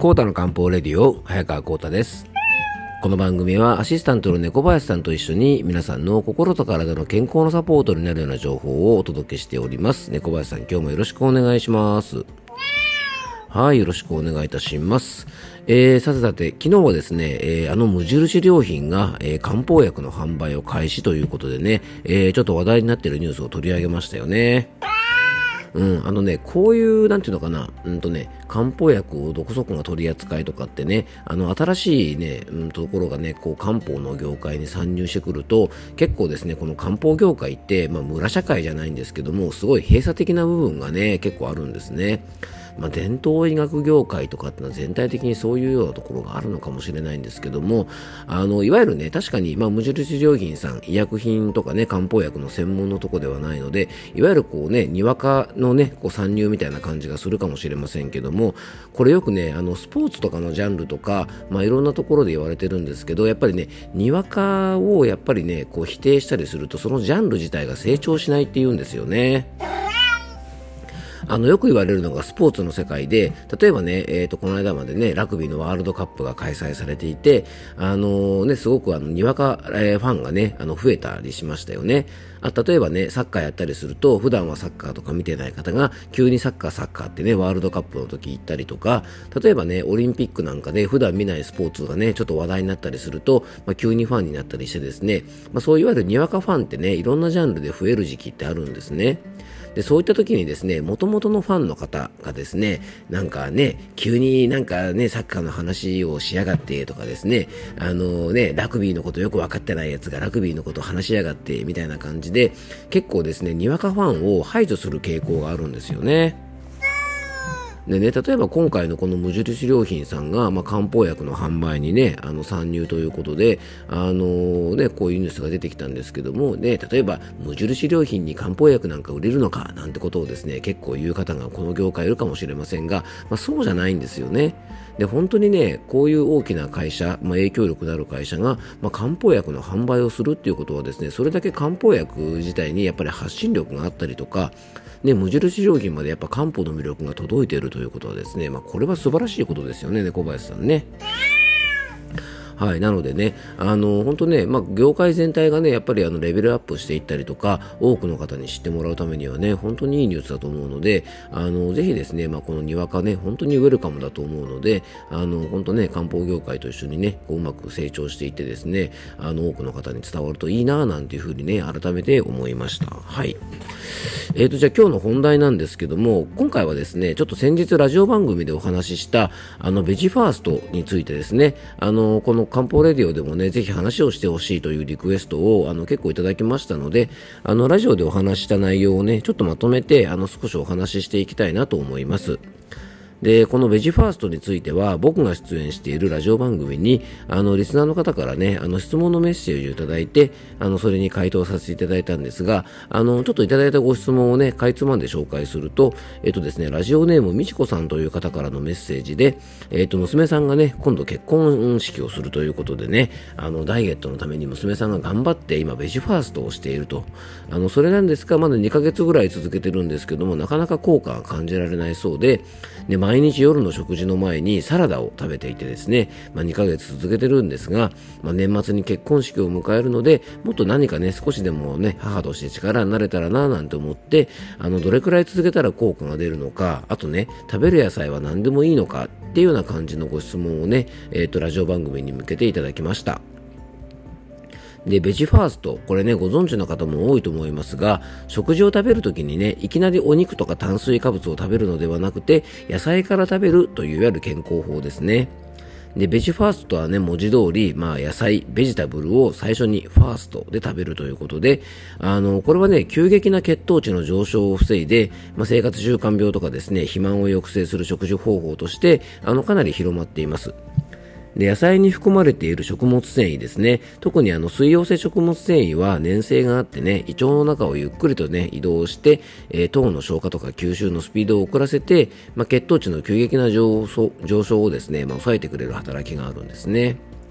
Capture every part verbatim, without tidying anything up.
コータの漢方レディオ、早川コータです。この番組はアシスタントの猫林さんと一緒に皆さんの心と体の健康のサポートになるような情報をお届けしております。猫林さん、今日もよろしくお願いします。はい、よろしくお願いいたします。えー、さてさて、昨日はですね、えー、あの無印良品が、えー、漢方薬の販売を開始ということでね、えー、ちょっと話題になっているニュースを取り上げましたよね。うん、あのね、こういう、なんていうのかな、うんとね、漢方薬をどこそこが取り扱いとかってね、あの、新しいね、うん、ところがね、こう、漢方の業界に参入してくると、結構ですね、この漢方業界って、まあ、村社会じゃないんですけども、すごい閉鎖的な部分がね、結構あるんですね。まあ、伝統医学業界とかってのは全体的にそういうようなところがあるのかもしれないんですけども、あのいわゆるね、確かに、まあ、無印良品さん、医薬品とかね、漢方薬の専門のとこではないので、いわゆるこうね、にわかのね、こう参入みたいな感じがするかもしれませんけども、これよくね、あのスポーツとかのジャンルとか、まあ、いろんなところで言われてるんですけど、やっぱりね、にわかをやっぱりね、こう否定したりすると、そのジャンル自体が成長しないっていうんですよね。あのよく言われるのがスポーツの世界で、例えばね、えーと、この間までね、ラグビーのワールドカップが開催されていて、あのー、ね、すごくあの、にわか、えー、ファンがね、あの、増えたりしましたよね。あ、例えばね、サッカーやったりすると、普段はサッカーとか見てない方が、急にサッカーサッカーってね、ワールドカップの時行ったりとか、例えばね、オリンピックなんかで普段見ないスポーツがね、ちょっと話題になったりすると、まあ、急にファンになったりしてですね、まあ、そういわゆるにわかファンってね、いろんなジャンルで増える時期ってあるんですね。で、そういった時にですね、元々のファンの方がですね、なんかね、急になんかね、サッカーの話をしやがってとかですね、あのね、ラグビーのことよく分かってないやつがラグビーのことを話しやがってみたいな感じで、結構ですね、にわかファンを排除する傾向があるんですよね。でね、例えば今回のこの無印良品さんが、まあ、漢方薬の販売にね、あの参入ということで、あのー、ね、こういうニュースが出てきたんですけども、ね、例えば無印良品に漢方薬なんか売れるのかなんてことをですね、結構言う方がこの業界いるかもしれませんが、まあ、そうじゃないんですよね。で、本当にね、こういう大きな会社、まあ、影響力のある会社が、まあ、漢方薬の販売をするっていうことはですね、それだけ漢方薬自体にやっぱり発信力があったりとか、ね、無印良品までやっぱ漢方の魅力が届いているということはですね、まあ、これは素晴らしいことですよね、猫林さんね。はい、なのでね、あの本当ね、まあ、業界全体がね、やっぱりあのレベルアップしていったりとか、多くの方に知ってもらうためにはね、本当にいいニュースだと思うので、あのぜひですね、まあ、このにわかね、本当にウェルカムだと思うので、あの本当ね、漢方業界と一緒にね、こううまく成長していってですね、あの多くの方に伝わるといいな、なんていうふうにね、改めて思いました。はい。えーと、じゃあ今日の本題なんですけども、今回はですね、ちょっと先日ラジオ番組でお話しした、あのベジファーストについてですね、あのこの漢方レディオでもね、ぜひ話をしてほしいというリクエストをあの結構いただきましたので、あのラジオでお話しした内容をね、ちょっとまとめてあの少しお話ししていきたいなと思います。で、このベジファーストについては、僕が出演しているラジオ番組に、あの、リスナーの方からね、あの、質問のメッセージをいただいて、あの、それに回答させていただいたんですが、あの、ちょっといただいたご質問をね、かいつまんで紹介すると、えっとですね、ラジオネームみちこさんという方からのメッセージで、えっと、娘さんがね、今度結婚式をするということでね、あの、ダイエットのために娘さんが頑張って今、ベジファーストをしていると。あの、それなんですが、まだにかげつぐらい続けてるんですけども、なかなか効果が感じられないそうで、で、毎日夜の食事の前にサラダを食べていてですね、まあ、にかげつ続けてるんですが、まあ、年末に結婚式を迎えるので、もっと何かね、少しでもね、母として力になれたらななんて思って、あの、どれくらい続けたら効果が出るのか、あとね、食べる野菜は何でもいいのかっていうような感じのご質問をね、えっと、ラジオ番組に向けていただきました。で、ベジファースト、これね、ご存知の方も多いと思いますが、食事を食べるときにね、いきなりお肉とか炭水化物を食べるのではなくて、野菜から食べるといういわゆる健康法ですね。で、ベジファーストはね、文字通り、まあ、野菜、ベジタブルを最初にファーストで食べるということで、あの、これはね、急激な血糖値の上昇を防いで、まあ、生活習慣病とかですね、肥満を抑制する食事方法として、あの、かなり広まっています。で、野菜に含まれている食物繊維ですね。特にあの水溶性食物繊維は粘性があってね、胃腸の中をゆっくりとね、移動して、えー、糖の消化とか吸収のスピードを遅らせて、まあ、血糖値の急激な上昇、上昇をですね、まあ、抑えてくれる働きがあるんですね。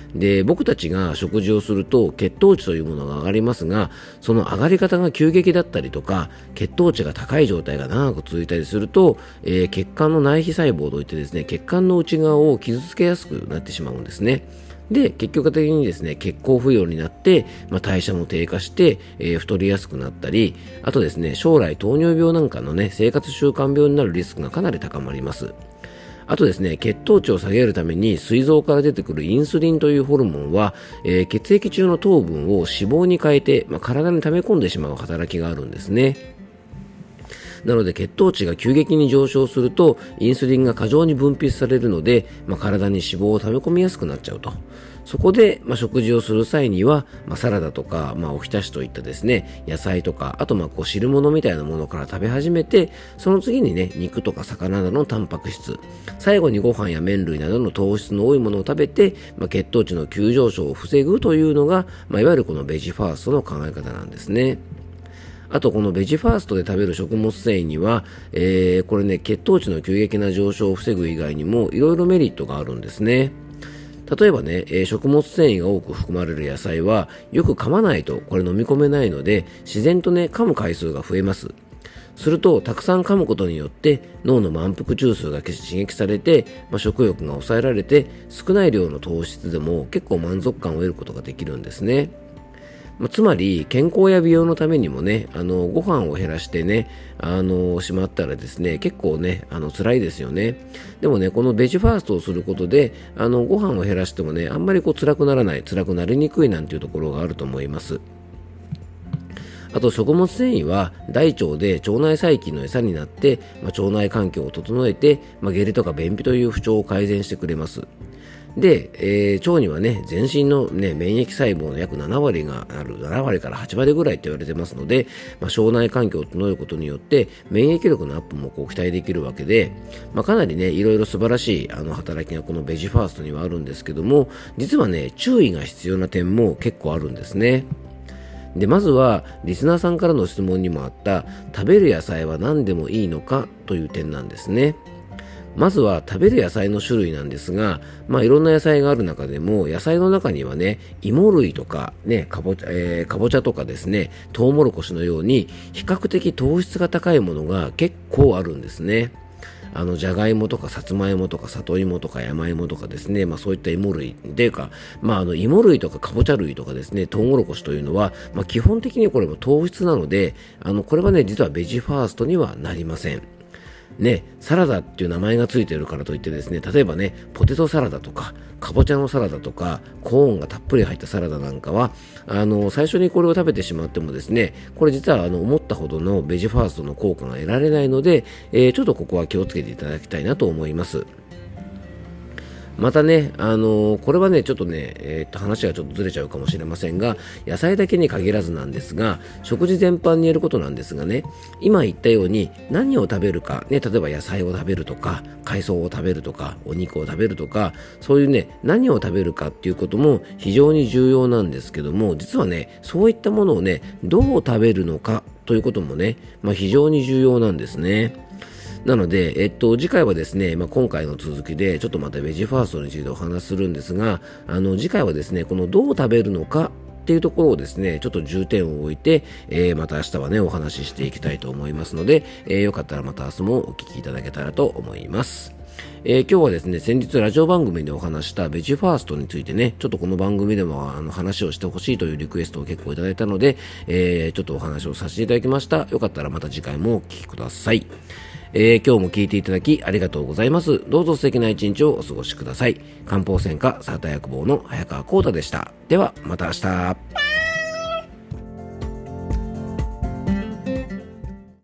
で、僕たちが食事をすると血糖値というものが上がりますが、その上がり方が急激だったりとか、血糖値が高い状態が長く続いたりすると、えー、血管の内皮細胞といってですね、血管の内側を傷つけやすくなってしまうんですね。で、結局的にですね、血行不良になって、まあ、代謝も低下して、えー、太りやすくなったり、あとですね、将来糖尿病なんかのね、生活習慣病になるリスクがかなり高まります。あとですね、血糖値を下げるために膵臓から出てくるインスリンというホルモンは、えー、血液中の糖分を脂肪に変えて、まあ、体に溜め込んでしまう働きがあるんですね。なので血糖値が急激に上昇するとインスリンが過剰に分泌されるので、まあ、体に脂肪を溜め込みやすくなっちゃうと。そこで、まあ、食事をする際には、まあ、サラダとか、まあ、おひたしといったですね、野菜とか、あとまあこう汁物みたいなものから食べ始めて、その次にね、肉とか魚などのタンパク質、最後にご飯や麺類などの糖質の多いものを食べて、まあ、血糖値の急上昇を防ぐというのが、まあ、いわゆるこのベジファーストの考え方なんですね。あとこのベジファーストで食べる食物繊維には、えー、これね、血糖値の急激な上昇を防ぐ以外にもいろいろメリットがあるんですね。例えばね、えー、食物繊維が多く含まれる野菜はよく噛まないとこれ飲み込めないので、自然とね、噛む回数が増えます。するとたくさん噛むことによって脳の満腹中枢が刺激されて、まあ、食欲が抑えられて、少ない量の糖質でも結構満足感を得ることができるんですね。まあ、つまり健康や美容のためにもね、あのご飯を減らしてね、あのしまったらですね、結構ね、あの辛いですよね。でもね、このベジファーストをすることで、あのご飯を減らしてもね、あんまりこう辛くならない、辛くなりにくいなんていうところがあると思います。あと食物繊維は大腸で腸内細菌の餌になって、まあ、腸内環境を整えて、まあ、下痢とか便秘という不調を改善してくれます。で、えー、腸にはね、全身の、ね、免疫細胞の約ななわりがある、ななわりからはちわりぐらいって言われてますので、まあ、腸内環境を整えることによって免疫力のアップもこう期待できるわけで、まあ、かなりね、いろいろ素晴らしいあの働きがこのベジファーストにはあるんですけども、実はね、注意が必要な点も結構あるんですね。で、まずはリスナーさんからの質問にもあった食べる野菜は何でもいいのかという点なんですね。まずは食べる野菜の種類なんですが、まあいろんな野菜がある中でも、野菜の中にはね、芋類とかね、かぼちゃ、えー、かぼちゃとかですね、トウモロコシのように比較的糖質が高いものが結構あるんですね。あの、じゃがいもとかさつまいもとか里芋とか山芋とかですね、まあそういった芋類っていうか、まああの芋類とかかぼちゃ類とかですね、トウモロコシというのは、まあ基本的にこれも糖質なので、あの、これはね、実はベジファーストにはなりません。ね、サラダっていう名前がついているからといってですね、例えばね、ポテトサラダとか、かぼちゃのサラダとか、コーンがたっぷり入ったサラダなんかは、あの、最初にこれを食べてしまってもですね、これ実はあの、思ったほどのベジファーストの効果が得られないので、えー、ちょっとここは気をつけていただきたいなと思います。またね、あのー、これはね、ちょっとね、えー、っと話がちょっとずれちゃうかもしれませんが、野菜だけに限らずなんですが、食事全般に言えることなんですがね、今言ったように何を食べるか、ね、例えば野菜を食べるとか、海藻を食べるとか、お肉を食べるとか、そういうね、何を食べるかっていうことも非常に重要なんですけども、実はね、そういったものをね、どう食べるのかということもね、まあ、非常に重要なんですね。なので、えっと、次回はですね、まあ、今回の続きで、ちょっとまたベジファーストについてお話しするんですが、あの、次回はですね、このどう食べるのかっていうところをですね、ちょっと重点を置いて、えー、また明日はね、お話ししていきたいと思いますので、えー、よかったらまた明日もお聞きいただけたらと思います。えー、今日はですね、先日ラジオ番組でお話したベジファーストについてね、ちょっとこの番組でもあの話をしてほしいというリクエストを結構いただいたので、えー、ちょっとお話をさせていただきました。よかったらまた次回もお聞きください。えー、今日も聞いていただきありがとうございます。どうぞ素敵な一日をお過ごしください。漢方専科サーター薬房の早川浩太でした。ではまた明日。